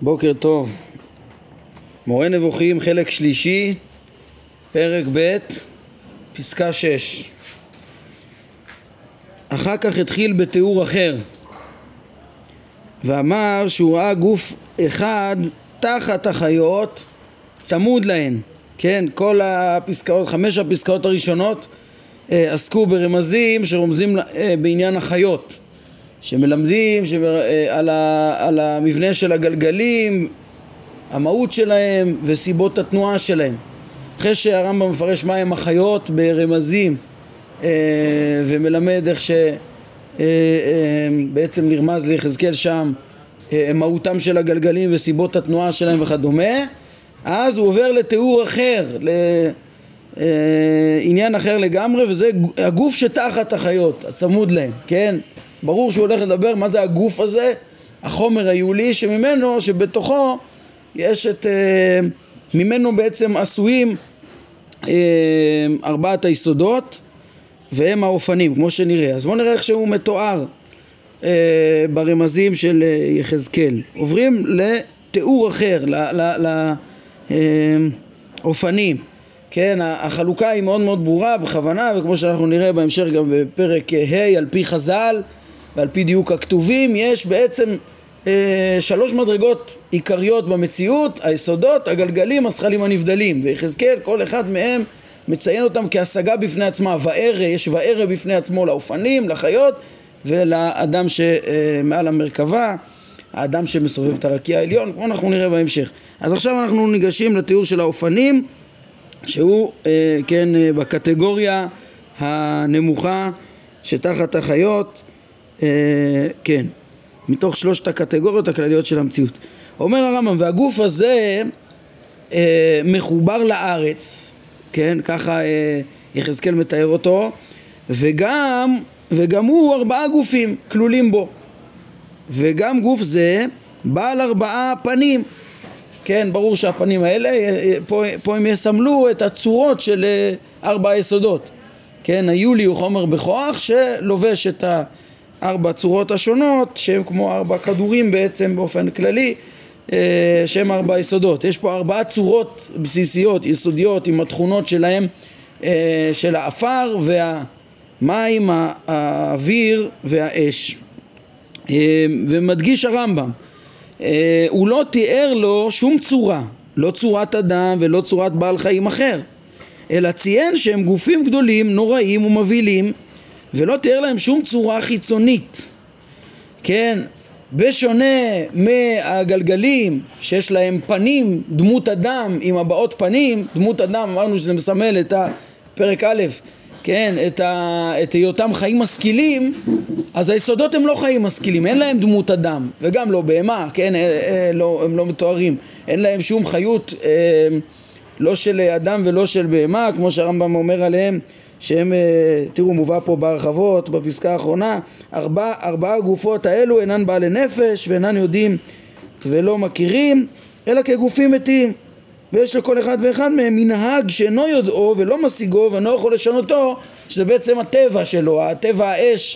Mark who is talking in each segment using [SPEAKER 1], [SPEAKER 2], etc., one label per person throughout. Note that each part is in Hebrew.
[SPEAKER 1] בוקר טוב. מורה נבוכים חלק שלישי, פרק ב', פסקה 6. אחר כך התחיל בתיאור אחר ואמר שהוא ראה גוף אחד תחת החיות צמוד להן. כן, כל הפסקאות, 5 הפסקאות הראשונות עסקו ברמזים שרומזים בעניין החיות, שמלמדים על המבנה של הגלגלים, המהות שלהם וסיבות התנועה שלהם. אחרי שהרמב"ם מפרש מה הם החיות ברמזים ומלמד איך שבעצם נרמז ליחזקאל שם מהותם של הגלגלים וסיבות התנועה שלהם וכדומה, אז הוא עובר לתיאור אחר, לעניין אחר לגמרי, וזה הגוף שתחת החיות, הצמוד להם. כן, ברור שהוא הולך לדבר מה זה הגוף הזה, החומר היולי שממנו, שבתוכו יש ממנו בעצם עשויים 4 היסודות והם האופנים, כמו שנראה. אז בואו נראה איך שהוא מתואר ברמזים של יחזקאל. עוברים לתיאור אחר, לאופנים. כן, החלוקה היא מאוד מאוד ברורה בכוונה, וכמו שאנחנו נראה בהמשך גם בפרק ה' על פי חז"ל ועל פי דיוק הכתובים, יש בעצם 3 מדרגות עיקריות במציאות: היסודות, הגלגלים, השכלים הנבדלים. ויחזקאל כל אחד מהם מציין אותם כהשגה בפני עצמה. יש וערה בפני עצמו לאופנים, לחיות ולאדם שמעל המרכבה, האדם שמסובב את הרקיע העליון, כמו אנחנו נראה בהמשך. אז עכשיו אנחנו ניגשים לתיאור של האופנים, שהוא כן בקטגוריה הנמוכה שתחת החיות, כן, מתוך 3 הקטגוריות הכלליות של המציאות. אומר הרמב"ם, והגוף הזה מחובר לארץ, כן, ככה יחזקאל מתאר אותו, וגם הוא 4 גופים כלולים בו, וגם גוף זה בעל 4 פנים. כן, ברור שהפנים האלה פה הם יסמלו את הצורות של 4 היסודות. כן, היולי הוא חומר בכוח שלובש את 4 צורות השונות, שהם כמו 4 כדורים בעצם באופן כללי, שהם 4 יסודות. יש פה 4 צורות בסיסיות, יסודיות, עם התכונות שלהם, של האפר והמים, האוויר והאש. ומדגיש הרמב"ם, הוא לא תיאר לו שום צורה, לא צורת אדם ולא צורת בעל חיים אחר, אלא ציין שהם גופים גדולים, נוראים ומבהילים, ולא תיאר להם שום צורה חיצונית. כן, בשונה מהגלגלים שיש להם פנים, דמות אדם עם הבעות פנים, דמות אדם אמרנו שזה מסמל את הפרק א', כן, את היותם חיים משכילים, אז היסודות הם לא חיים משכילים, אין להם דמות אדם, וגם לא בהמה, כן, הם לא מתוארים, אין להם שום חיות, לא של אדם ולא של בהמה, כמו שהרמב"ם אומר עליהם, שהם, תראו, מובא פה בהרחבות, בפסקה האחרונה, 4 הגופות האלו אינן בעלי נפש, ואינן יודעים ולא מכירים, אלא כגופים מתים. ויש לכל אחד ואחד מהם מנהג שאינו יודעו ולא משיגו ואינו יכול לשנותו, שזה בעצם הטבע שלו, הטבע האש,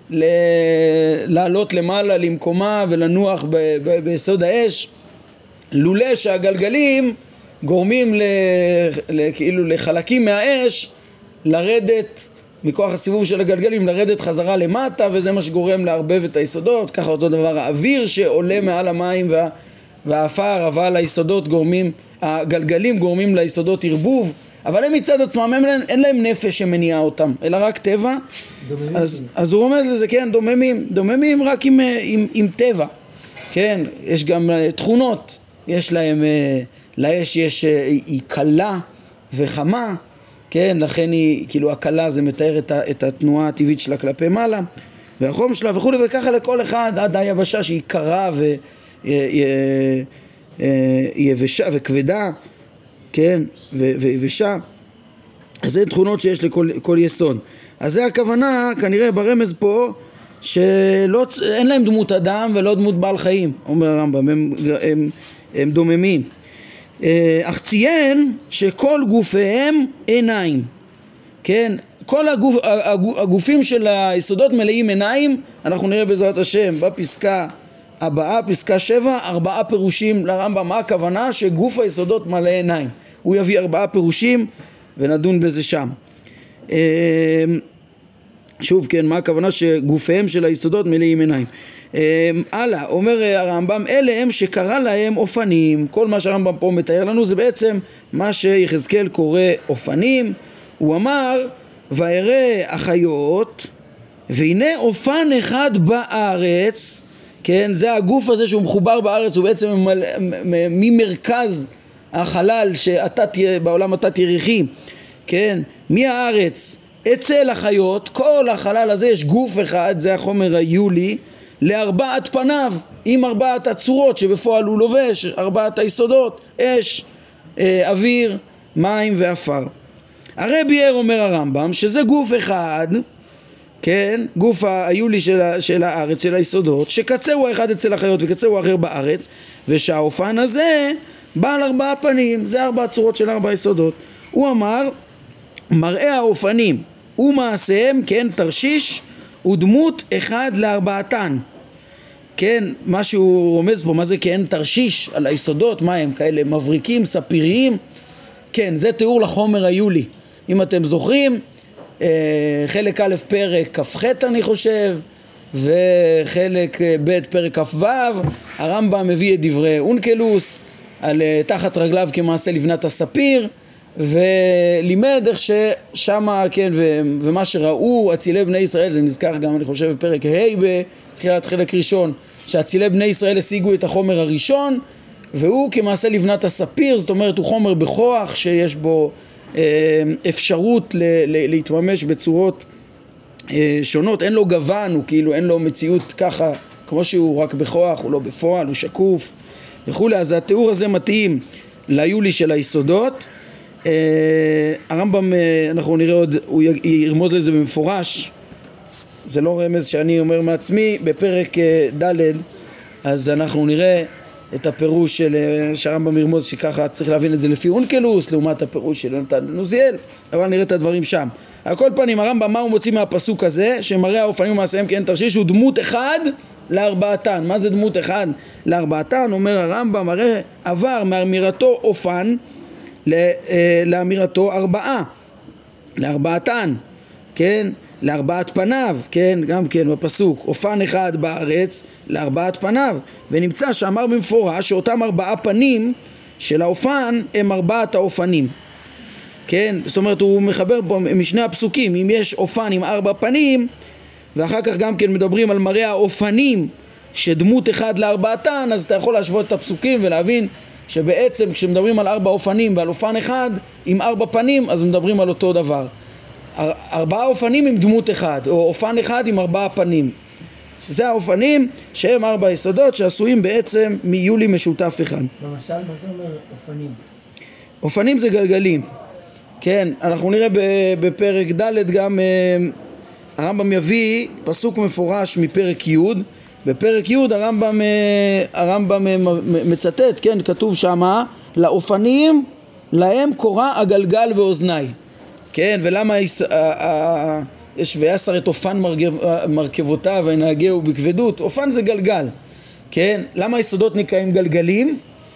[SPEAKER 1] לעלות למעלה למקומה ולנוח ביסוד האש, לולא שהגלגלים גורמים כאילו לחלקים מהאש לרדת, מכוח הסיבוב של הגלגלים לרדת חזרה למטה, וזה מה שגורם לערבב את היסודות. ככה אותו דבר האוויר שעולה מעל המים והאפר, אבל היסודות גורמים, הגלגלים גורמים ליסודות ערבוב, אבל הם מצד עצמם אין להם נפש שמניעה אותם, אלא רק טבע. אז הוא רומז לזה, כן, דוממים רק עם טבע. כן, יש גם תכונות, יש להם, לאש היא קלה וחמה, כן, לכן היא, כאילו הקלה זה מתאר את התנועה הטבעית שלה כלפי מעלה, והחום שלה וכו', וככה לכל אחד, עד היבשה שהיא קרה ויבשה וכבדה, כן, ויבשה. אז זה תכונות שיש לכל יסוד. אז זה הכוונה, כנראה ברמז פה, שאין להם דמות אדם ולא דמות בעל חיים, אומר הרמב"ם, הם דוממים. אך ציין שכל גופיהם עיניים. כן, כל הגופים של היסודות מלאים עיניים, אנחנו נראה בעזרת השם בפסקה הבאה, פסקה 7, 4 פירושים לרמב"ם. מה הכוונה? שגוף היסודות מלא עיניים. הוא יביא 4 פירושים ונדון בזה שם. שוב, כן, מה הכוונה? שגופיהם של היסודות מלאים עיניים. הלאה, אומר הרמב"ם, אלה הם שקרא להם אופנים. כל מה שהרמב"ם פה מתאר לנו זה בעצם מה שיחזקאל קורא אופנים. הוא אמר, וירא החיות, והנה אופן אחד בארץ, כן, זה הגוף הזה שהוא מחובר בארץ, הוא בעצם ממרכז החלל בעולם התת ירחי, כן, מהארץ אצל החיות, כל החלל הזה יש גוף אחד, זה החומר היולי, ל4 פניו, עם 4 הצורות שבפועל הוא לובש, 4 היסודות, אש, אוויר, מים ואפר. הרי ביאר אומר הרמב"ם שזה גוף אחד, כן, גוף היולי של הארץ, של היסודות, שקצהו האחד אצל החיות וקצהו האחר בארץ, ושהאופן הזה בעל 4 פנים, זה 4 צורות של 4 יסודות. הוא אמר, מראה האופנים ומעשיהם, כן, תרשיש ודמות אחד לארבעתן. כן, מה שהוא רומז פה, מה זה כן תרשיש על היסודות, מה הם כאלה מבריקים, ספיריים? כן, זה תיאור לחומר היולי. אם אתם זוכרים, חלק א' פרק כ"ח אני חושב, וחלק ב' פרק כ"ו, הרמב"ם מביא את דברי אונקלוס על תחת רגליו כמעשה לבנת הספיר, ולימד איך ששמה, כן, ומה שראו אצילי בני ישראל, זה נזכר גם אני חושב בפרק ה' בתחילת חלק ראשון, שאצילי בני ישראל השיגו את החומר הראשון, והוא כמעשה לבנת הספיר, זאת אומרת הוא חומר בכוח שיש בו אפשרות להתממש בצורות שונות, אין לו גוון, הוא כאילו אין לו מציאות ככה כמו שהוא רק בכוח, הוא לא בפועל, הוא שקוף וכולי. אז התיאור הזה מתאים ליולי של היסודות. הרמב"ם, אנחנו נראה עוד, הוא ירמוז לזה במפורש, זה לא רמז שאני אומר מעצמי, בפרק ד' אז אנחנו נראה את הפירוש של שהרמב"ם ירמוז, שככה צריך להבין את זה לפי אונקלוס לעומת הפירוש של יונתן בן עוזיאל, אבל נראה את הדברים שם. על כל פנים הרמב"ם, מה הוא מוציא מהפסוק הזה? שמראה האופנים ומעשיהם כן תרשיש הוא דמות אחד לארבעתן. מה זה דמות אחד לארבעתן? אומר הרמב"ם, הרי עבר מאמירתו אופן לאמירתו 4, לארבעתן, כן, ל4 פניו, כן, גם כן בפסוק, אופן אחד בארץ ל4 פניו, ונמצא שאמר במפורש שאותם 4 פנים של האופן הם 4 האופנים, כן, זאת אומרת הוא מחבר פה משני הפסוקים, אם יש אופן עם 4 פנים, ואחר כך גם כן מדברים על מראה האופנים שדמות אחד לארבעתן, אז אתה יכול להשוות את הפסוקים ולהבין שבעצם כשמדברים על 4 אופנים ועל אופן אחד עם 4 פנים, אז מדברים על אותו דבר. 4 אופנים עם דמות אחד, או אופן אחד עם 4 פנים. זה האופנים שהם 4 יסודות שעשויים בעצם מיולי משותף אחד.
[SPEAKER 2] למשל, מה זה אומר אופנים?
[SPEAKER 1] אופנים זה גלגלים. כן, אנחנו נראה בפרק ד' גם הרמב"ם יביא פסוק מפורש מפרק י'. בפרק י' הרמב"ם מצטט, כן, כתוב שמה, לאופנים להם קורא הגלגל באוזני. כן, ולמה יש ויסר את אופן מרכבותיו וינהגהו בכבדות? אופן זה גלגל, כן? למה היסודות נקראים גלגלים?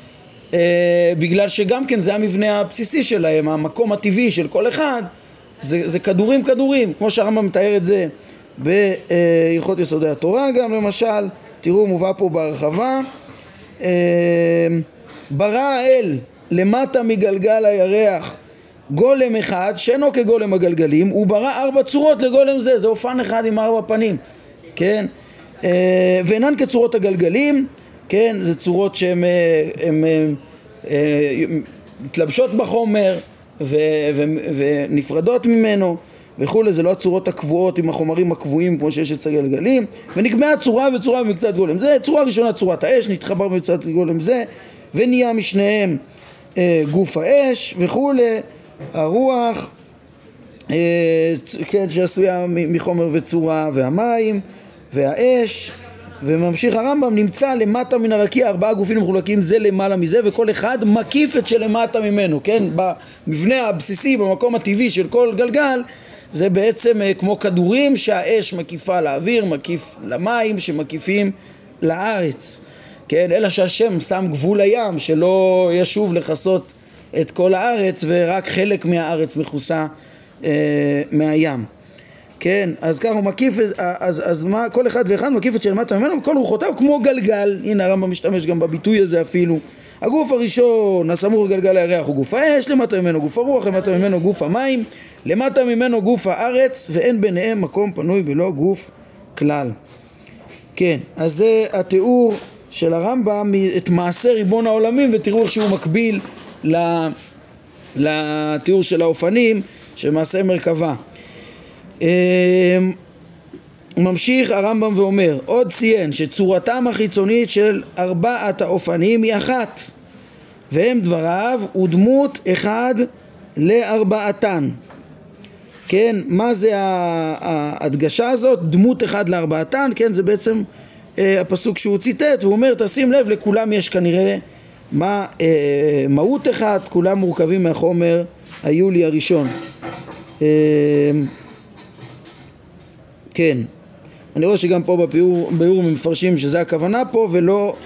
[SPEAKER 1] בגלל שגם כן זה המבנה הבסיסי שלהם, המקום הטבעי של כל אחד, זה כדורים, כמו שהרמב"ם מתאר את זה בהלכות יסודי התורה גם למשל, תראו מובא פה בהרחבה, ברא האל למטה מגלגל הירח גולם אחד שאינו כגולם הגלגלים, הוא ברא 4 צורות לגולם זה, זה אופן אחד עם 4 פנים, כן, ואינן כצורות הגלגלים, כן, זה צורות שהן מתלבשות בחומר ונפרדות ממנו וכולי, זה לא הצורות הקבועות עם החומרים הקבועים כמו שיש אצל הגלגלים, ונקבעה צורה וצורה במקצת גולם זה. צורה ראשונה צורת האש, נתחבר במקצת גולם זה ונהיה משניהם גוף האש וכולי, הרוח, כן, שעשויה מחומר וצורה, והמים והאש. וממשיך הרמב"ם, נמצא למטה מן הרקיע 4 גופים מחולקים זה למעלה מזה, וכל אחד מקיף את שלמטה ממנו, כן, במבנה הבסיסי, במקום הטבעי של כל גלגל, זה בעצם כמו כדורים שהאש מקיפה לאוויר, מקיף למים שמקיפים לארץ, כן, אלא שהשם שם גבול לים שלא ישוב לחסות את כל הארץ ורק חלק מהארץ מכוסה מהים. כן, אז ככה הוא מקיף, אז מה, כל אחד ואחד מקיף את שלמטה ממנו, וכל רוחותיו כמו גלגל. הנה הרמב"ם משתמש גם בביטוי הזה אפילו. הגוף הראשון, הסמוך לגלגל הירח, הוא גוף האש, למטה ממנו גוף הרוח, למטה ממנו גוף המים, למטה ממנו גוף הארץ, ואין ביניהם מקום פנוי בלא גוף כלל. כן, אז זה התיאור של הרמב"ם את מעשה ריבון העולמים, ותראו איך שהוא מקביל לתיאור של האופנים של מעשה מרכבה. ממשיך הרמב"ם ואומר, עוד ציין שצורתם החיצונית של ארבעת האופנים היא אחת, והם דבריו ודמות אחד לארבעתן. כן, מה זה ההדגשה הזאת? דמות אחד לארבעתן, כן, זה בעצם הפסוק שהוא ציטט, והוא אומר, תשים לב, לכולם יש כנראה מהות אחת, כולם מורכבים מהחומר היולי הראשון. כן, אני רואה שגם פה בביאור מפרשים שזה הכוונה פה, ולא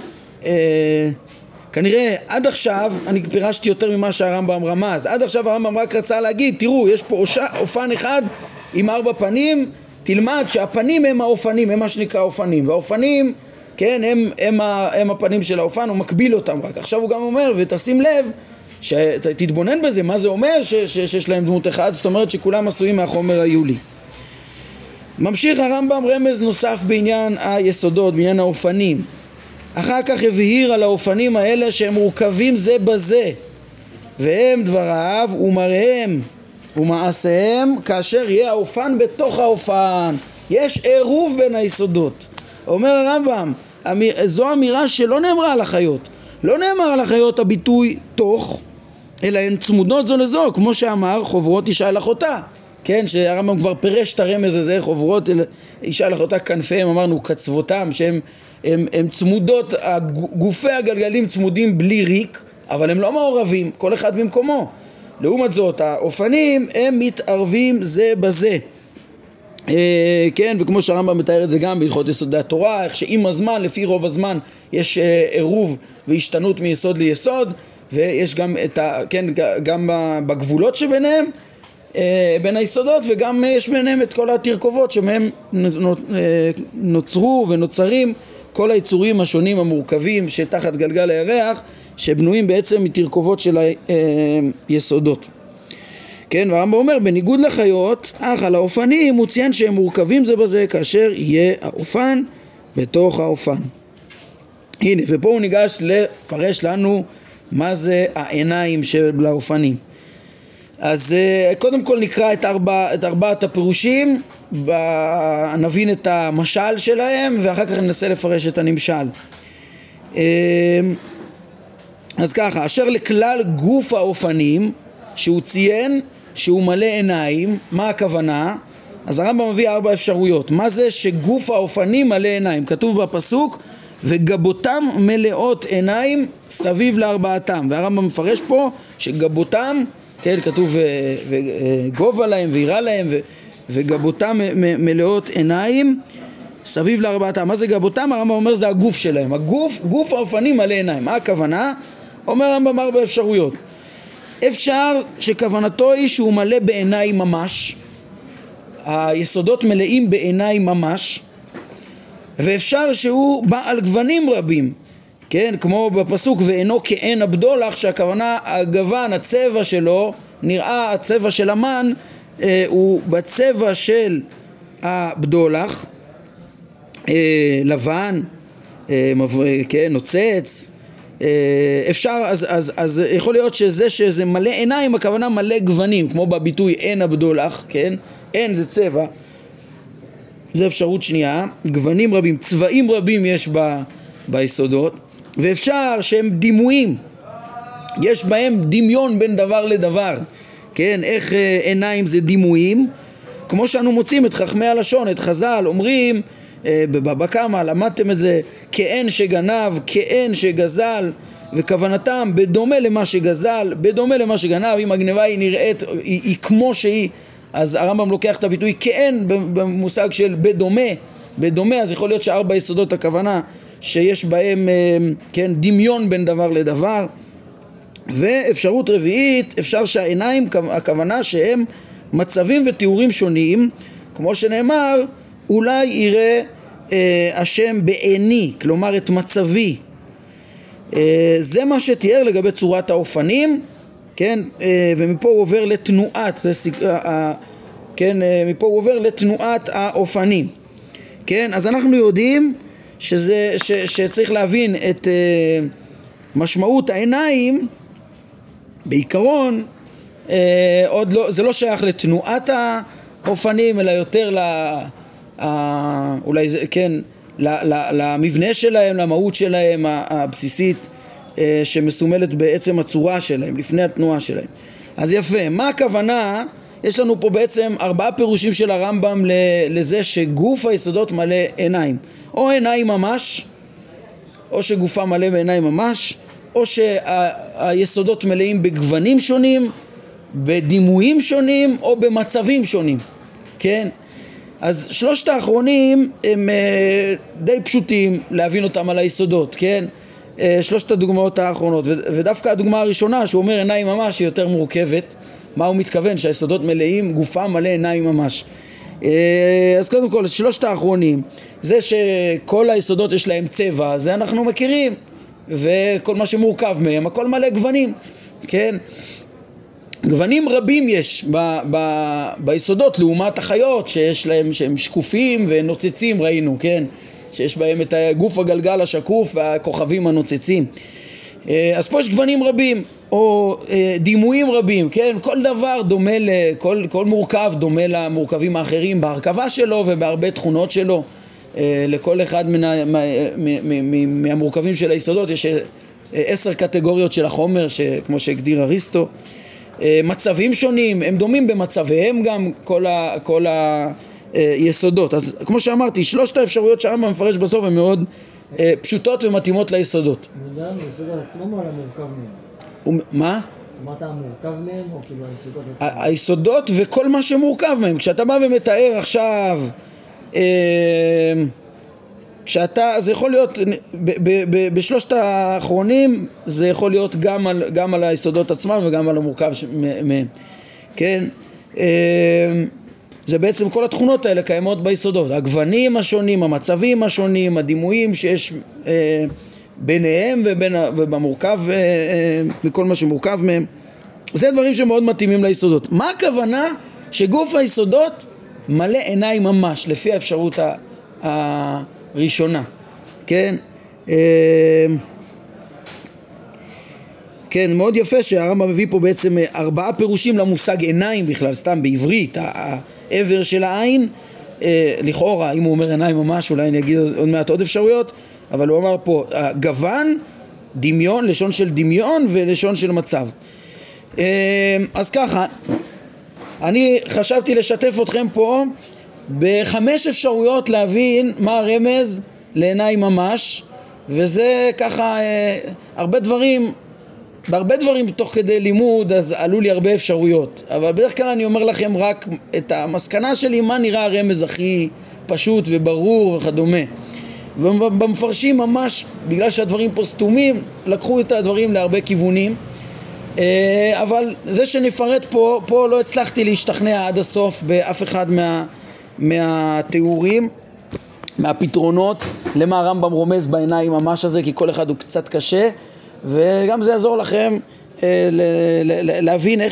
[SPEAKER 1] כנראה עד עכשיו אני פירשתי יותר ממה שהרמב"ם רמז. עד עכשיו הרמב"ם רק רצה להגיד, תראו, יש פה אופן אחד עם 4 פנים, תלמד שהפנים הם האופנים, הם מה שנקרא אופנים, והאופנים, כן, הם הפנים של האופן, הוא מקביל אותם רק. עכשיו הוא גם אומר, ותשים לב, שתתבונן בזה, מה זה אומר שיש להם דמות אחד, זאת אומרת שכולם עשויים מהחומר היולי. ממשיך הרמב"ם רמז נוסף בעניין היסודות, בעניין האופנים. אחר כך הבהיר על האופנים האלה שהם מורכבים זה בזה, והם דבריו ומראיהם ומעשיהם כאשר יהיה האופן בתוך האופן. יש עירוב בין היסודות. אומר הרמב"ם, זו אמירה שלא נאמרה על החיות. לא נאמר על החיות הביטוי תוך, אלא הן צמודות זו לזו, כמו שאמר חוברות אישה אל אחותה. כן, שהרמב"ם כבר פירש את הרמז הזה, חוברות אישה אל אחותה כנפיהם, אמרנו קצוותם, שהם הם צמודות, גופי הגלגלים צמודים בלי ריק, אבל הם לא מעורבים, כל אחד במקומו. לעומת זאת, האופנים הם מתערבים זה בזה. כן, וכמו שהרמב"ם מתאר את זה גם בהלכות יסודי התורה, איך שעם הזמן, לפי רוב הזמן, יש עירוב והשתנות מיסוד ליסוד, ויש גם כן, גם בגבולות שביניהם, בין היסודות, וגם יש ביניהם את כל התרכובות שמהם נוצרו ונוצרים כל היצורים השונים המורכבים שתחת גלגל הירח, שבנויים בעצם מתרכובות של היסודות. כן, והרמב"ם אומר, בניגוד לחיות, אך על האופנים הוא ציין שהם מורכבים זה בזה כאשר יהיה האופן בתוך האופן. הנה, ופה הוא ניגש לפרש לנו מה זה העיניים של האופנים. אז קודם כל נקרא את ארבעת הפירושים, נבין את המשל שלהם, ואחר כך ננסה לפרש את הנמשל. אז ככה, אשר לכלל גוף האופנים, שהוא ציין שהוא מלא עיניים, מה הכוונה? אז הרמב"ם מביא 4 אפשרויות. מה זה שגוף האופנים מלא עיניים? כתוב בפסוק, וגבותם מלאות עיניים סביב לארבעתם. והרמב"ם מפרש פה שגבותם, כן, כתוב וגובה להם ויראה להם, וגבותם מלאות עיניים סביב לארבעתם. מה זה גבותם? הרמב"ם אומר זה הגוף שלהם. גוף האופנים מלא עיניים. מה הכוונה? אומר הרמב"ם 4 אפשרויות. אפשר שכוונתו היא שהוא מלא בעיניים ממש, היסודות מלאים בעיניים ממש, ואפשר שהוא בעל גוונים רבים, כן, כמו בפסוק ואינו כעין הבדולח, שהכוונה הגוון, הצבע שלו נראה, הצבע של המן הוא בצבע של הבדולח, לבן, כן, נוצץ. אפשר, אז יכול להיות שזה מלא עיניים, הכוונה מלא גוונים, כמו בביטוי עין הבדולח, כן? עין זה צבע, זה אפשרות שנייה. גוונים רבים, צבעים רבים יש ביסודות, ואפשר שהם דימויים, יש בהם דמיון בין דבר לדבר, כן? איך עיניים זה דימויים, כמו שאנו מוצאים את חכמי הלשון, את חז"ל, אומרים בבבא קמא, למדתם את זה, כעין שגנב, כעין שגזל, וכוונתם בדומה למה שגזל, בדומה למה שגנב. אם הגנבה היא נראית, היא כמו שהיא, אז הרמב"ם לוקח את הביטוי כעין במושג של בדומה, אז יכול להיות ש4 יסודות הכוונה שיש בהם, כן, דמיון בין דבר לדבר. ואפשרות רביעית, אפשר שהעיניים, הכוונה שהם מצבים ותיאורים שונים, כמו שנאמר, אולי יראה השם בעיני, כלומר את מצבי. זה מה שתיאר לגבי צורת האופנים, כן, ומפה הוא עובר לתנועת, כן, מפה הוא עובר לתנועת האופנים, כן, אז אנחנו יודעים שצריך להבין את משמעות העיניים, בעיקרון, עוד לא, זה לא שייך לתנועת האופנים, אלא יותר אולי זה, כן, למבנה שלהם, למהות שלהם הבסיסית, שמסומלת בעצם הצורה שלהם, לפני התנועה שלהם. אז יפה, מה הכוונה? יש לנו פה בעצם 4 פירושים של הרמב"ם לזה שגוף היסודות מלא עיניים. או עיניים ממש, או שגופה מלא בעיניים ממש, או שהיסודות מלאים בגוונים שונים, בדימויים שונים, או במצבים שונים. כן? אז 3 האחרונים הם די פשוטים להבין אותם על היסודות, כן? 3 הדוגמאות האחרונות, ודווקא הדוגמה הראשונה שהוא אומר עיניים ממש היא יותר מורכבת. מה הוא מתכוון? שהיסודות מלאים, גופה מלא עיניים ממש. אז קודם כל 3 האחרונים, זה שכל היסודות יש להם צבע, זה אנחנו מכירים, וכל מה שמורכב מהם, הכל מלא גוונים, כן? גוונים רבים יש ביסודות לעומת החיות שיש להם, שהם שקופים ונוצצים, ראינו, כן? שיש בהם את הגוף הגלגל השקוף והכוכבים הנוצצים. אז פה יש גוונים רבים או דימויים רבים, כן? כל דבר דומה כל מורכב דומה למורכבים האחרים בהרכבה שלו ובהרבה תכונות שלו. לכל אחד מהמורכבים של היסודות יש 10 קטגוריות של החומר, כמו שהגדיר אריסטו. מצבים שונים, הם דומים במצביהם גם כל היסודות. אז כמו שאמרתי, 3 האפשרויות שהרמב"ם מפרש בסוף הן מאוד פשוטות ומתאימות ליסודות.
[SPEAKER 2] מדבר ביסודות עצמם או על המורכב מהם?
[SPEAKER 1] מה?
[SPEAKER 2] אמרת המורכב מהם או כאילו היסודות עצמם?
[SPEAKER 1] היסודות וכל מה שמורכב מהם. כשאתה בא ומתאר עכשיו, זה יכול להיות, ב3 האחרונים זה יכול להיות גם על היסודות עצמם וגם על המורכב מהם, כן? זה בעצם כל התכונות האלה קיימות ביסודות, הגוונים השונים, המצבים השונים, הדימויים שיש ביניהם ובמורכב, מכל מה שמורכב מהם. זה דברים שמאוד מתאימים ליסודות. מה הכוונה שגוף היסודות מלא עיניים ממש, לפי האפשרות הראשונה, כן? כן, מאוד יפה שהרמב"ם מביא פה בעצם 4 פירושים למושג עיניים בכלל, סתם בעברית, העבר של העין, לכאורה, אם הוא אומר עיניים ממש, אולי אני אגיד עוד מעט עוד אפשרויות, אבל הוא אמר פה, גוון, דמיון, לשון של דמיון ולשון של מצב. אז ככה, אני חשבתי לשתף אתכם פה ב5 אפשרויות להבין מה הרמז לעיניים ממש, וזה ככה, בהרבה דברים תוך כדי לימוד, אז עלו לי הרבה אפשרויות, אבל בדרך כלל אני אומר לכם רק את המסקנה שלי, מה נראה הרמז הכי פשוט וברור וכדומה. ובמפרשים ממש, בגלל שהדברים פה סתומים, לקחו את הדברים להרבה כיוונים, אבל זה שנפרט פה לא הצלחתי להשתכנע עד הסוף באף אחד מהתיאורים, מהפתרונות, למה הרמב"ם רומז בעיניים ממש הזה, כי כל אחד הוא קצת קשה, וגם זה יעזור לכם להבין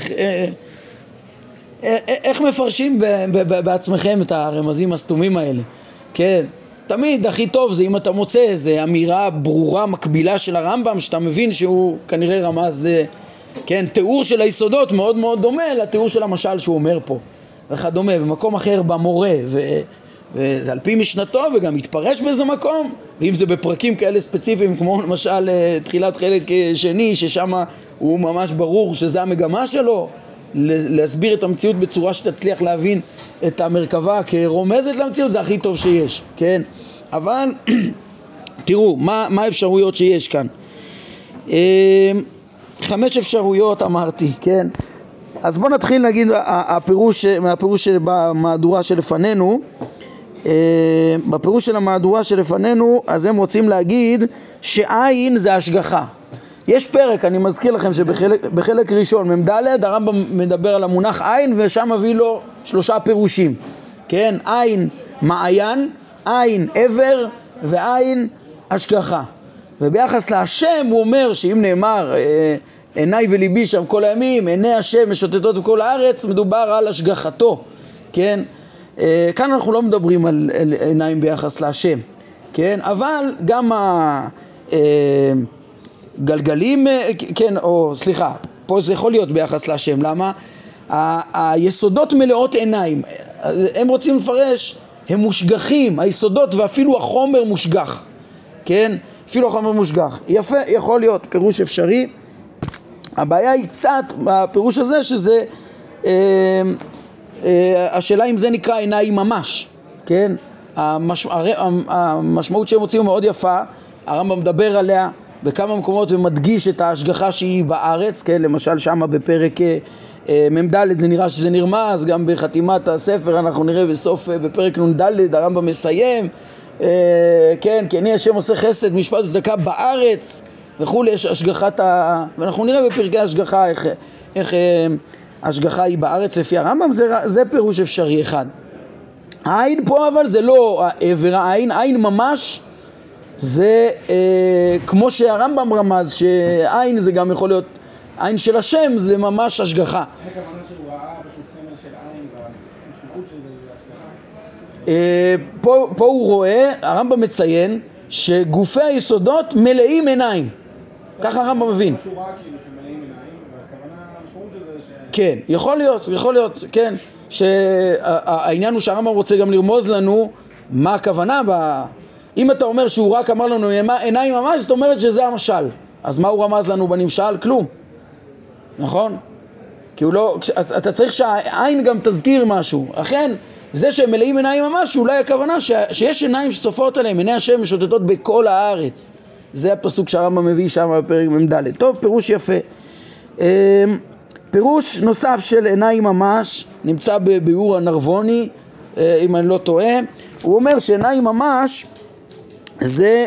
[SPEAKER 1] איך מפרשים בעצמכם את הרמזים הסתומים האלה. כן, תמיד הכי טוב זה אם אתה מוצא איזו אמירה ברורה מקבילה של הרמב"ם, שאתה מבין שהוא כנראה רמז, כן, תיאור של היסודות מאוד מאוד דומה לתיאור של המשל שהוא אומר פה וכדומה, במקום אחר במורה, וזה על פי משנתו וגם מתפרש באיזה מקום, ואם זה בפרקים כאלה ספציפיים כמו למשל תחילת חלק שני, ששם הוא ממש ברור שזה המגמה שלו, להסביר את המציאות בצורה שתצליח להבין את המרכבה כרומזת למציאות, זה הכי טוב שיש, כן? אבל תראו מה האפשרויות שיש כאן. 5 אפשרויות אמרתי, כן? אז בואו נתחיל נגיד מהפירוש במהדורה שלפנינו. בפירוש של המהדורה שלפנינו, אז הם רוצים להגיד שעין זה השגחה. יש פרק, אני מזכיר לכם שבחלק ראשון, ממדלת, הרמב"ם מדבר על המונח עין, ושם מביא לו 3 פירושים. כן, עין מעיין, עין עבר, ועין השגחה. וביחס להשם הוא אומר שאם נאמר עיניי וליבי שם כל הימים, עיני השם משוטטות בכל הארץ, מדובר על השגחתו. כן, כאן אנחנו לא מדברים על עיניים ביחס להשם. כן, אבל גם גלגלים, כן, או סליחה, פה זה יכול להיות ביחס להשם. למה? היסודות מלאות עיניים. הם רוצים לפרש, הם מושגחים, היסודות ואפילו החומר מושגח. כן? אפילו החומר מושגח. יפה, יכול להיות פירוש אפשרי. הבעיה היא קצת בפירוש הזה שזה, השאלה אם זה נקרא עיניים ממש. כן? המשמעות שהם מוצאים מאוד יפה, הרמב"ם מדבר עליה בכמה מקומות ומדגיש את ההשגחה שהיא בארץ, כן? למשל שמה בפרק ממדלת זה נראה שזה נרמז, גם בחתימת הספר אנחנו נראה בסוף בפרק נ"ד הרמב"ם מסיים, כן, כי אני השם עושה חסד משפט וצדקה בארץ וכולי, יש השגחת ואנחנו נראה בפרקי השגחה איך השגחה היא בארץ לפי הרמב"ם. זה פירוש אפשרי אחד. העין פה אבל זה לא העבר העין, עין ממש זה כמו שהרמב"ם רמז שעין זה גם יכול להיות עין של השם, זה ממש השגחה.
[SPEAKER 3] איך הכוונה שהוא ראה פשוט סמל של עין והמשמעות של זה השגחה?
[SPEAKER 1] פה הוא רואה, הרמב"ם מציין שגופי היסודות מלאים עיניים. ככה הרמב"ם מבין.
[SPEAKER 3] שהוא ראה כאילו שמלאים עיניים, והכוונה, המשמעות של זה
[SPEAKER 1] כן, יכול להיות, כן. שהעניין הוא שהרמב"ם רוצה גם לרמוז לנו מה הכוונה אם אתה אומר שהוא רק אמר לנו עיניים ממש, זאת אומרת שזה המשל. אז מה הוא רמז לנו בנמשל? כלום. נכון? כי הוא לא, אתה צריך שהעין גם תזכיר משהו. אכן, זה שהם מלאים עיניים ממש, אולי הכוונה שיש עיניים שצופות עליהם, עיני השם משוטטות בכל הארץ. זה הפסוק שהרמב"ם מביא שם בפרק ממדלת. טוב, פירוש יפה. פירוש נוסף של עיניים ממש, נמצא בביאור הנרבוני, אם אני לא טועה. הוא אומר שעיניים ממש זה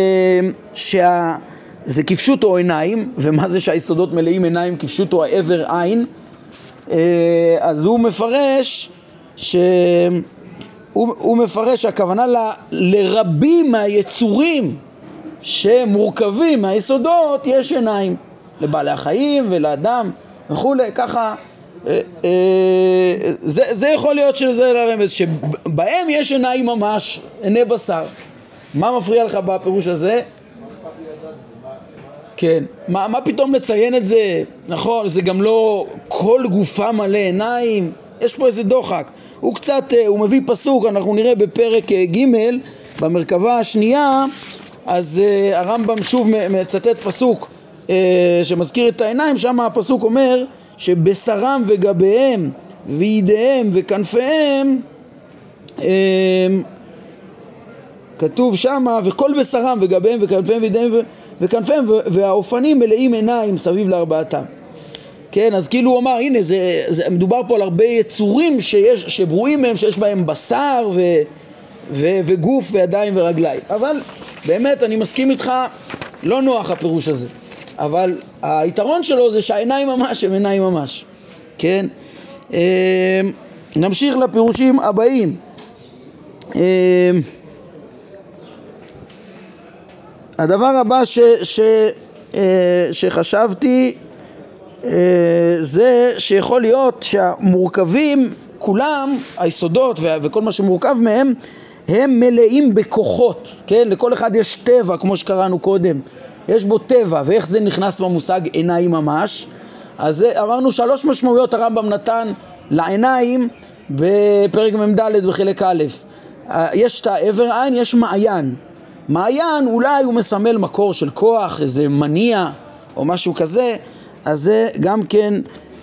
[SPEAKER 1] זה כפשוט או עיניים, ומה זה שהיסודות מלאים עיניים, כפשוט או העבר עין. אז הוא מפרש הכוונה לרבים מהיצורים שמורכבים מהיסודות יש עיניים, לבעלי החיים ולאדם וכולי, ככה זה יכול להיות שזה לרמז שבהם יש עיניים ממש, עיני בשר. מה מפריע לך בפירוש הזה? כן, מה פתאום לציין את זה? נכון, זה גם לא כל גופה מלא עיניים, יש פה איזה דוחק. הוא מביא פסוק, אנחנו נראה בפרק ג' במרכבה השנייה, אז הרמב"ם שוב מצטט פסוק שמזכיר את העיניים. שם הפסוק אומר שבשרם וגביהם וידיהם וכנפיהם, כתוב שמה וכל בשרם וגביהם וכנפיהם וידיהם וכנפיהם והאופנים מלאים עיניים סביב לארבעתם. כן, אז כאילו הוא אמר, הנה, זה מדובר פה על הרבה יצורים שברואים מהם, שיש בהם בשר וגוף וידיים ורגליים. אבל באמת אני מסכים איתך, לא נוח הפירוש הזה. אבל היתרון שלו זה שהעיניים ממש הם עיניים ממש. כן? נמשיך לפירושים הבאים. הדבר הבא שחשבתי זה שיכול להיות שהמורכבים כולם, היסודות וכל מה שמורכב מהם, הם מלאים בכוחות, כן? לכל אחד יש טבע, כמו שקראנו קודם, יש בו טבע, ואיך זה נכנס במושג עיניים ממש. אז אמרנו 3 משמעויות הרמב"ם נתן לעיניים בפרק ממדלת בחלק א'. יש את העבר עין, יש מעיין. מעיין אולי הוא מסמל מקור של כוח, איזה מניע או משהו כזה, אז זה גם כן,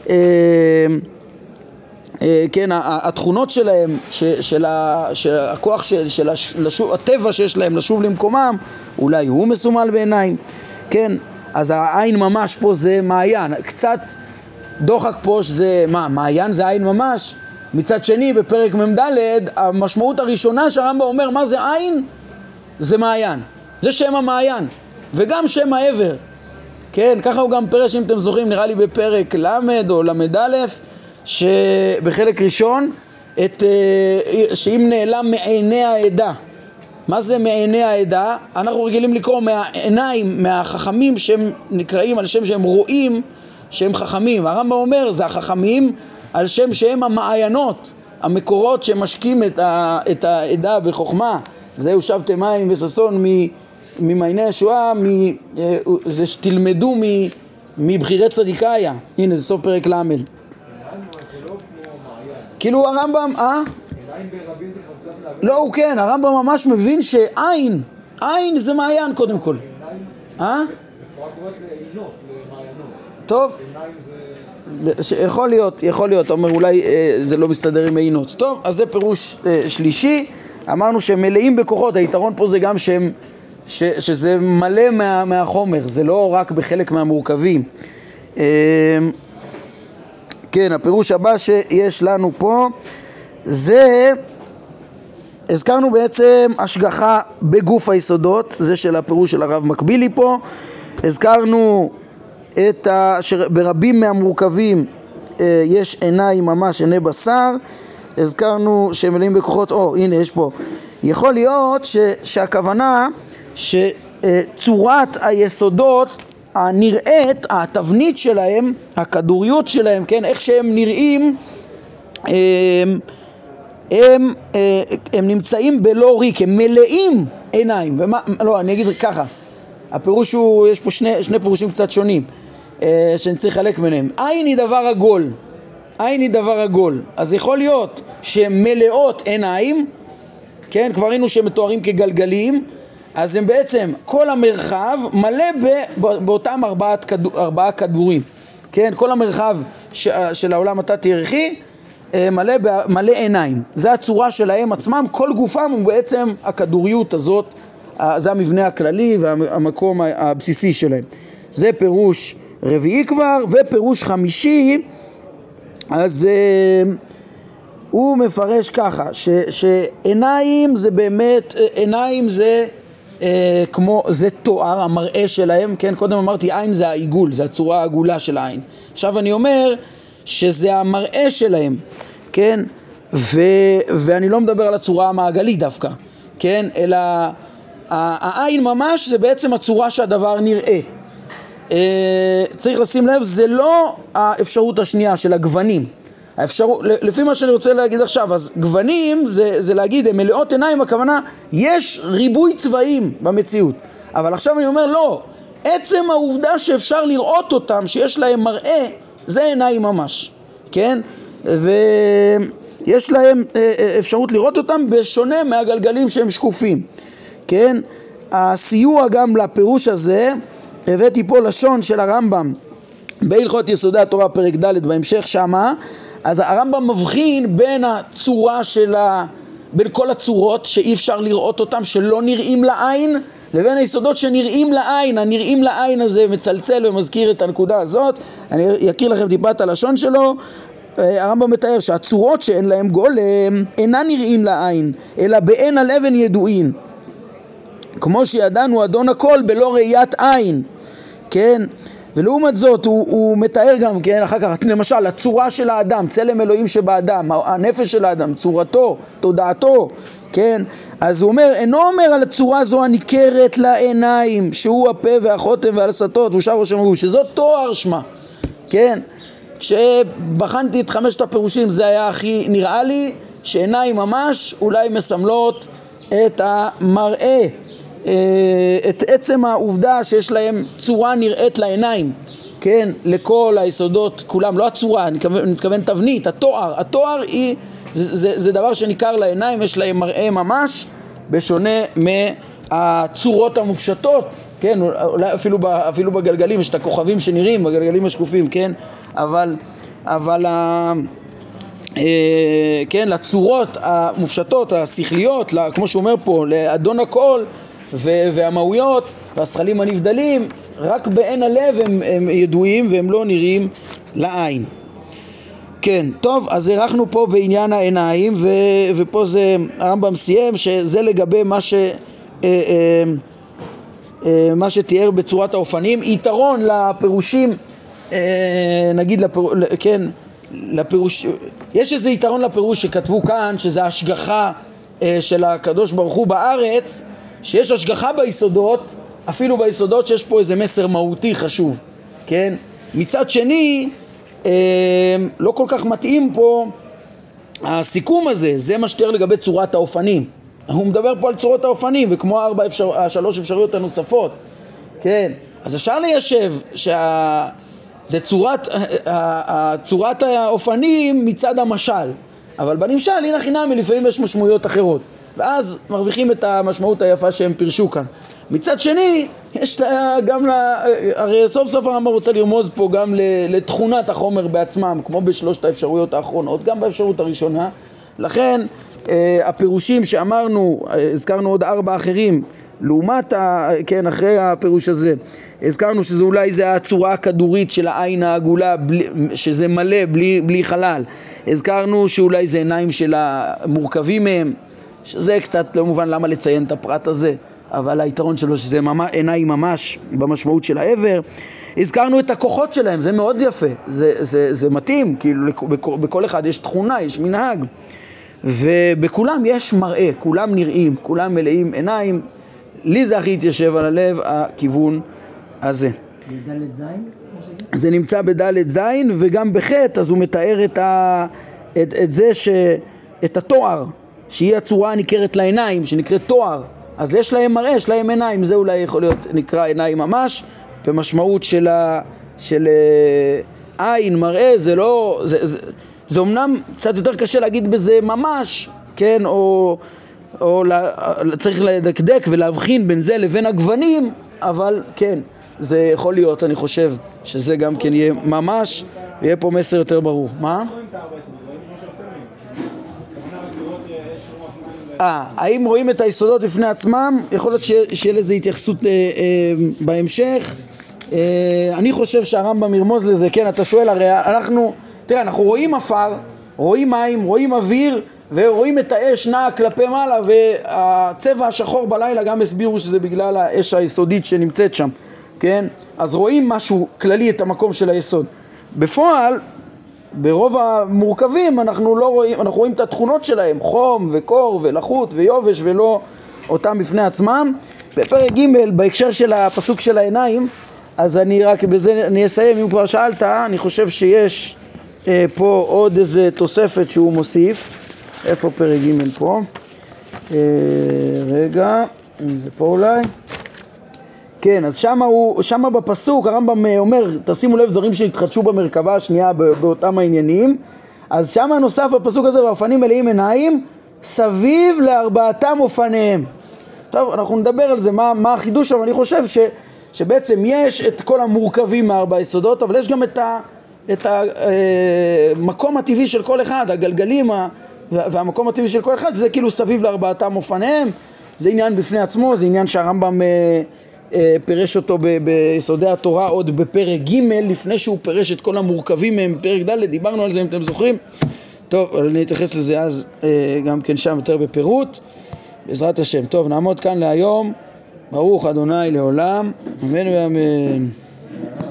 [SPEAKER 1] כן, התכונות שלהם, של הכוח של הטבע שיש להם לשוב למקומם, אולי הוא מסומל בעיניים, כן, אז העין ממש פה זה מעיין, קצת דוחק פה שזה, מעיין זה עין ממש, מצד שני, בפרק מ"ד, המשמעות הראשונה שהרמב"ם אומר מה זה עין, זה מעיין. זה שם המעיין, וגם שם העבר. כן, ככה הוא גם פרש, אם אתם זוכרים, נראה לי בפרק למד או למד א', שבחלק ראשון, שאם נעלם מעיני העדה. מה זה מעיני העדה? אנחנו רגילים לקרוא מהעיניים, מהחכמים שהם נקראים על שם שהם רואים, שהם חכמים. הרמב"ם אומר, זה החכמים על שם שהם המעיינות, המקורות שמשקים את העדה בחוכמה. זהו שבתם מים וששון ממעייני הישועה, זה שתלמדו מבחירי צדיקאיה. הנה, זה סוף פרק למד.
[SPEAKER 2] זה לא כמו מעיין.
[SPEAKER 1] כאילו הרמב"ם,
[SPEAKER 2] עין ברבים זה כבר קצת להבין.
[SPEAKER 1] לא, הוא כן, הרמב"ם ממש מבין שעין, עין זה מעיין קודם כל.
[SPEAKER 2] התורה קוראת לעינות, למעיינות.
[SPEAKER 1] טוב, יכול להיות, אומר אולי זה לא מסתדר עם עינות. טוב, אז זה פירוש שלישי. אמרנו שהם מלאים בכוחות, היתרון פה זה גם שזה מלא מהחומר, זה לא רק בחלק מהמורכבים. כן, הפירוש הבא שיש לנו פה זה, הזכרנו בעצם השגחה בגוף היסודות, זה של הפירוש של הרב מקבילי פה. הזכרנו ברבים מהמורכבים יש עיניים ממש, עיני בשר. הזכרנו שהם מלאים בכוחות, הנה יש פה. יכול להיות שהכוונה שצורת היסודות הנראית, התבנית שלהם, הכדוריות שלהם, כן, איך שהם נראים, הם נמצאים בלא ריק, הם מלאים עיניים. לא, אני אגיד ככה, הפירוש הוא, יש פה שני פירושים קצת שונים, שאני צריך לחלק ביניהם. עין היא דבר עגול, עין היא דבר עגול, אז יכול להיות שמלאות עיניים, כן, כבר ראינו שהם מתוארים כגלגלים, אז הם בעצם, כל המרחב מלא באותם ארבעה כדורים, כן, כל המרחב של העולם התת-ירחי מלא עיניים, זה הצורה שלהם עצמם, כל גופם הוא בעצם הכדוריות הזאת, זה המבנה הכללי והמקום הבסיסי שלהם. זה פירוש רביעי כבר, ופירוש חמישי, אז הוא מפרש ככה, שעיניים זה באמת, עיניים זה כמו, זה תואר, המראה שלהם, כן, קודם אמרתי עין זה העיגול, זה הצורה העגולה של העין. עכשיו אני אומר שזה המראה שלהם, כן, ואני לא מדבר על הצורה המעגלית דווקא, כן, אלא העין ממש זה בעצם הצורה שהדבר נראה. צריך לשים לב, זה לא האפשרות השנייה של הגוונים. לפי מה שאני רוצה להגיד עכשיו, אז גוונים זה להגיד, הם מלאות עיניים, הכוונה, יש ריבוי צבעים במציאות. אבל עכשיו אני אומר, לא, עצם העובדה שאפשר לראות אותם, שיש להם מראה, זה עיניים ממש, כן? ויש להם אפשרות לראות אותם בשונה מהגלגלים שהם שקופים, כן? הסיוע גם לפירוש הזה, הבאתי פה לשון של הרמב"ם בהלכות יסודי התורה פרק ד' בהמשך שמה, אז הרמב"ם מבחין בין הצורה בין כל הצורות שאי אפשר לראות אותם, שלא נראים לעין, לבין היסודות שנראים לעין. הנראים לעין הזה מצלצל ומזכיר את הנקודה הזאת. אני אקריא לכם טיפה את הלשון שלו. הרמב"ם מתאר שהצורות שאין להם גולם אינן נראים לעין, אלא בעין על אבן ידועים, כמו שידענו אדון הכל בלא ראיית עין, כן? ולעומת זאת הוא מתאר גם, כן, אחר כך, למשל, הצורה של האדם, צלם אלוהים שבאדם, הנפש של האדם, צורתו, תודעתו, כן? אז הוא אומר, אינו אומר על הצורה זו הניכרת לעיניים, שהוא הפה והחותם והלסתות, הוא שב ושמרו, שזאת תואר שמה, כן? כשבחנתי את 5 הפירושים, זה היה הכי נראה לי, שעיניים ממש אולי מסמלות את המראה, את עצם העובדה שיש להם צורה נראית לעיניים, כן, לכל היסודות כולם, לא הצורה, אני מתכוון תבנית, התואר זה דבר שניכר לעיניים, יש להם מראה ממש, בשונה מהצורות המופשטות, כן, אולי אפילו בגלגלים, יש את הכוכבים שנראים, בגלגלים השקופים, כן, אבל כן, לצורות המופשטות, השכליות, כמו שהוא אומר פה, לאדון הכל, והמהויות והשכלים הנבדלים, רק בעין הלב הם ידועים והם לא נראים לעין. כן, טוב, אז ערכנו פה בעניין העיניים, ופה זה הרמב"ם סיים שזה לגבי מה שתיאר בצורת האופנים. יתרון לפירושים, נגיד כן, לפירוש, יש איזה יתרון לפירוש שכתבו כאן, שזה השגחה של הקדוש ברוך הוא בארץ, שיש השגחה ביסודות, אפילו ביסודות שיש פה איזה מסר מהותי חשוב, כן? מצד שני, לא כל כך מתאים פה הסיכום הזה, זה מה שתיאר לגבי צורת האופנים. הוא מדבר פה על צורות האופנים, וכמו השלוש אפשרויות הנוספות, כן? אז אפשר ליישב זה צורת האופנים מצד המשל, אבל בנמשל, הנה חינמי, לפעמים יש משמעויות אחרות, ואז מרוויחים את המשמעות היפה שהם פירשו כאן. מצד שני, יש גם, הרי סוף סוף הרמב"ם רוצה לרמוז פה גם לתכונת החומר בעצמם, כמו בשלושת האפשרויות האחרונות, גם באפשרות הראשונה. לכן, הפירושים שאמרנו, הזכרנו עוד 4 אחרים, לעומת, כן, אחרי הפירוש הזה, הזכרנו שזה אולי זה הצורה הכדורית של העין העגולה, שזה מלא, בלי חלל. הזכרנו שאולי זה עיניים של המורכבים מהם, שזה קצת לא מובן למה לציין את הפרט הזה, אבל היתרון שלו שזה עיניים ממש במשמעות של העבר. הזכרנו את הכוחות שלהם, זה מאוד יפה, זה מתאים, כאילו בכל אחד יש תכונה, יש מנהג, ובכולם יש מראה, כולם נראים, כולם מלאים עיניים. לי זה הכי התיישב על הלב, הכיוון הזה.
[SPEAKER 4] בדלת זין?
[SPEAKER 1] זה נמצא בדלת זין, וגם בחטא, אז הוא מתאר את זה את התואר, שהיא הצורה הניכרת לעיניים, שנקראת תואר. אז יש להם מראה, יש להם עיניים, זה אולי יכול להיות נקרא עיניים ממש, במשמעות של עין, מראה, זה לא, זה אומנם קצת יותר קשה להגיד בזה ממש, כן, או צריך לדקדק ולהבחין בין זה לבין הגוונים, אבל כן, זה יכול להיות, אני חושב שזה גם כן יהיה ממש, ויהיה פה מסר יותר ברור. מה? האם רואים את היסודות לפני עצמם? יכול להיות שיהיה לזה התייחסות בהמשך. אני חושב שהרמב"ם ירמוז לזה, כן, אתה שואל, הרי אנחנו רואים אפר, רואים מים, רואים אוויר, ורואים את האש נעה כלפי מעלה, והצבע השחור בלילה גם הסבירו שזה בגלל האש היסודית שנמצאת שם, כן? אז רואים משהו כללי, את המקום של היסוד. בפועל, ברוב המורכבים אנחנו לא רואים, אנחנו רואים את התכונות שלהם, חום וקור ולחות ויובש, ולא אותם בפני עצמם. בפרק ג' בהקשר של הפסוק של העיניים, אז אני רק בזה אני אסיים. אם כבר שאלת, אני חושב שיש פה עוד איזה תוספת שהוא מוסיף. איפה פרק ג' פה? רגע, זה פה אולי. כן, אז שמה בפסוק הרמב"ם אומר, תשימו לב דברים שהתחדשו במרכבה השנייה באותם העניינים. אז שמה נוסף בפסוק הזה, והאופנים מלאים עיניים, סביב לארבעתם אופניהם. טוב, אנחנו נדבר על זה, מה החידוש שם. אני חושב שבעצם יש את כל המורכבים מארבע יסודות, אבל יש גם את המקום הטבעי של כל אחד, הגלגלים והמקום הטבעי של כל אחד, זה כאילו סביב לארבעתם אופניהם. זה עניין בפני עצמו, זה עניין שהרמב"ם פירש אותו ביסודי התורה עוד בפרק ג' לפני שהוא פירש את כל המורכבים מהם בפרק ד', דיברנו על זה אם אתם זוכרים. טוב, אני אתייחס לזה אז גם כן שם יותר בפירוט בעזרת השם. טוב, נעמוד כאן להיום. ברוך אדוני לעולם, אמן ואמן.